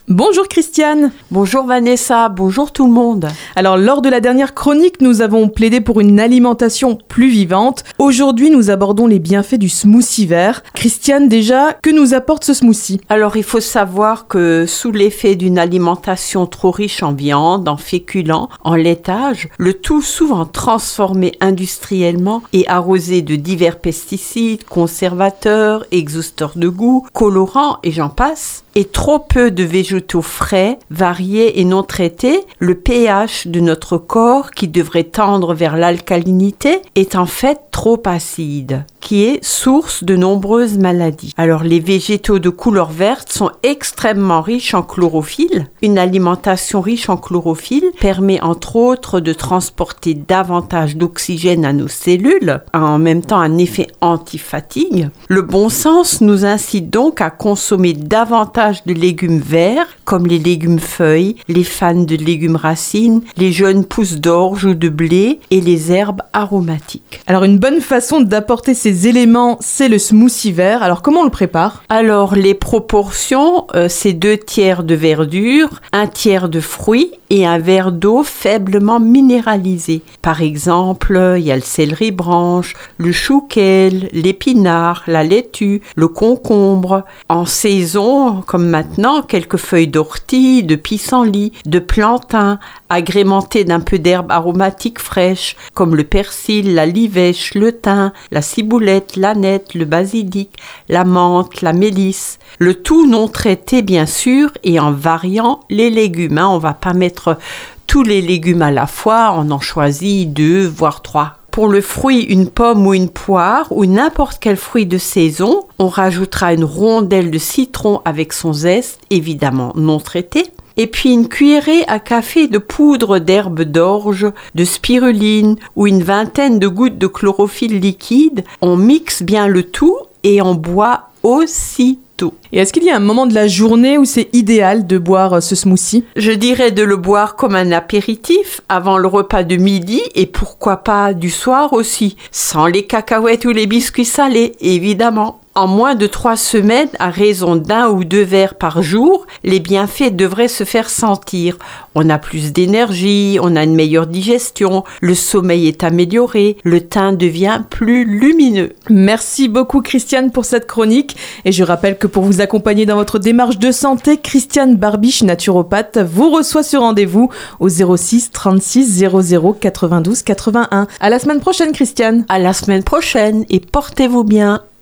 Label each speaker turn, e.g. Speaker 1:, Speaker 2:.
Speaker 1: Bonjour Christiane.
Speaker 2: Bonjour Vanessa, bonjour tout le monde.
Speaker 1: Alors lors de la dernière chronique, nous avons plaidé pour une alimentation plus vivante. Aujourd'hui, nous abordons les bienfaits du smoothie vert. Christiane, déjà, que nous apporte ce smoothie ?
Speaker 2: Alors il faut savoir que sous l'effet d'une alimentation trop riche en viande, en féculents, en laitage, le tout souvent transformé industriellement et arrosé de divers pesticides, conservateurs, exhausteurs de goût, colorants et j'en passe, et trop peu de végétaux frais, variés et non traités, le pH de notre corps, qui devrait tendre vers l'alcalinité, est en fait trop acide, qui est source de nombreuses maladies. Alors les végétaux de couleur verte sont extrêmement riches en chlorophylle. Une alimentation riche en chlorophylle permet entre autres de transporter davantage d'oxygène à nos cellules, en même temps un effet anti-fatigue. Le bon sens nous incite donc à consommer davantage de légumes verts, comme les légumes feuilles, les fans de légumes racines, les jeunes pousses d'orge ou de blé et les herbes aromatiques.
Speaker 1: Alors une bonne façon d'apporter ces éléments, c'est le smoothie vert. Alors comment on le prépare ?
Speaker 2: Alors les proportions, c'est 2 tiers de verdure, 1 tiers de fruits et un verre d'eau faiblement minéralisé. Par exemple, il y a le céleri branche, le chou-kale, l'épinard, la laitue, le concombre. En saison, comme maintenant, quelques feuilles d'ortie, de pissenlit, de plantain, agrémentées d'un peu d'herbes aromatiques fraîches, comme le persil, la livèche, le thym, la ciboulette, l'aneth, le basilic, la menthe, la mélisse. Le tout non traité, bien sûr, et en variant les légumes. On va pas mettre tous les légumes à la fois, on en choisit 2, voire 3. Pour le fruit, une pomme ou une poire ou n'importe quel fruit de saison, on rajoutera une rondelle de citron avec son zeste, évidemment non traité. Et puis une cuillerée à café de poudre d'herbe d'orge, de spiruline ou une vingtaine de gouttes de chlorophylle liquide. On mixe bien le tout et on boit aussitôt.
Speaker 1: Et est-ce qu'il y a un moment de la journée où c'est idéal de boire ce smoothie ?
Speaker 2: Je dirais de le boire comme un apéritif avant le repas de midi et pourquoi pas du soir aussi, sans les cacahuètes ou les biscuits salés, évidemment. En moins de 3 semaines, à raison d'1 ou 2 verres par jour, les bienfaits devraient se faire sentir. On a plus d'énergie, on a une meilleure digestion, le sommeil est amélioré, le teint devient plus lumineux.
Speaker 1: Merci beaucoup Christiane pour cette chronique. Et je rappelle que pour vous accompagner dans votre démarche de santé, Christiane Barbiche, naturopathe, vous reçoit ce rendez-vous au 06 36 00 92 81. À la semaine prochaine Christiane.
Speaker 2: À la semaine prochaine et portez-vous bien.